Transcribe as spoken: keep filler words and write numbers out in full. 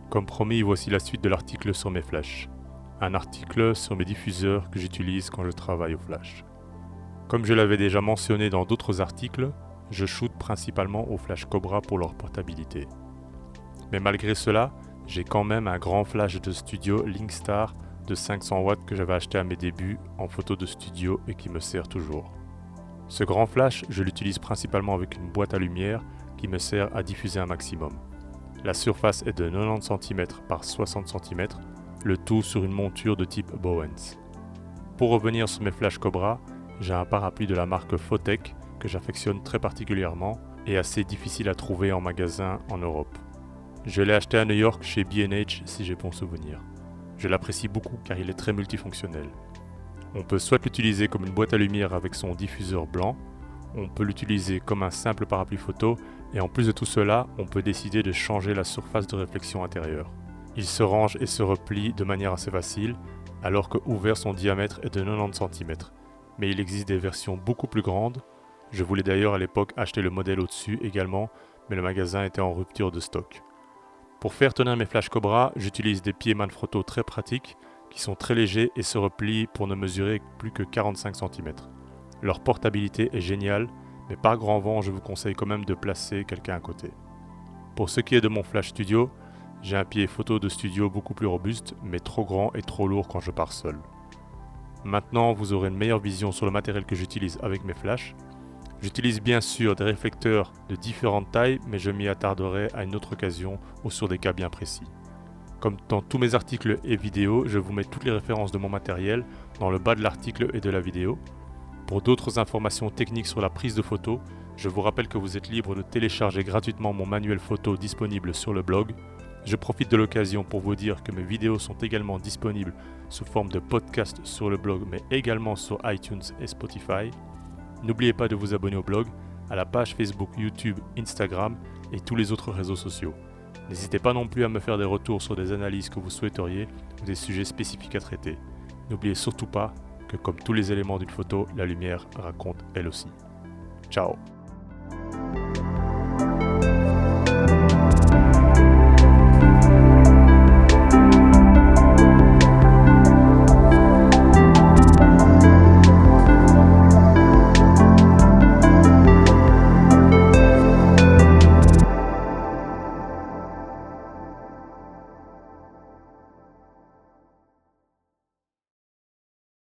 Comme promis, voici la suite de l'article sur mes flashs. Un article sur mes diffuseurs que j'utilise quand je travaille au flash. Comme je l'avais déjà mentionné dans d'autres articles, je shoote principalement au flash Cobra pour leur portabilité. Mais malgré cela, j'ai quand même un grand flash de studio Linkstar de cinq cents watts que j'avais acheté à mes débuts en photo de studio et qui me sert toujours. Ce grand flash, je l'utilise principalement avec une boîte à lumière qui me sert à diffuser un maximum. La surface est de quatre-vingt-dix centimètres par soixante centimètres, le tout sur une monture de type Bowens. Pour revenir sur mes flashs Cobra, j'ai un parapluie de la marque Photek que j'affectionne très particulièrement et assez difficile à trouver en magasin en Europe. Je l'ai acheté à New York chez B and H si j'ai bon souvenir. Je l'apprécie beaucoup car il est très multifonctionnel. On peut soit l'utiliser comme une boîte à lumière avec son diffuseur blanc, on peut l'utiliser comme un simple parapluie photo et en plus de tout cela, on peut décider de changer la surface de réflexion intérieure. Il se range et se replie de manière assez facile, alors que ouvert son diamètre est de quatre-vingt-dix centimètres. Mais il existe des versions beaucoup plus grandes. Je voulais d'ailleurs à l'époque acheter le modèle au-dessus également, mais le magasin était en rupture de stock. Pour faire tenir mes flashs Cobra, j'utilise des pieds Manfrotto très pratiques, qui sont très légers et se replient pour ne mesurer plus que quarante-cinq centimètres. Leur portabilité est géniale, mais par grand vent, je vous conseille quand même de placer quelqu'un à côté. Pour ce qui est de mon flash studio, j'ai un pied photo de studio beaucoup plus robuste, mais trop grand et trop lourd quand je pars seul. Maintenant, vous aurez une meilleure vision sur le matériel que j'utilise avec mes flashs. J'utilise bien sûr des réflecteurs de différentes tailles, mais je m'y attarderai à une autre occasion ou sur des cas bien précis. Comme dans tous mes articles et vidéos, je vous mets toutes les références de mon matériel dans le bas de l'article et de la vidéo. Pour d'autres informations techniques sur la prise de photos, je vous rappelle que vous êtes libre de télécharger gratuitement mon manuel photo disponible sur le blog. Je profite de l'occasion pour vous dire que mes vidéos sont également disponibles sous forme de podcast sur le blog, mais également sur iTunes et Spotify. N'oubliez pas de vous abonner au blog, à la page Facebook, YouTube, Instagram et tous les autres réseaux sociaux. N'hésitez pas non plus à me faire des retours sur des analyses que vous souhaiteriez ou des sujets spécifiques à traiter. N'oubliez surtout pas que comme tous les éléments d'une photo, la lumière raconte elle aussi. Ciao!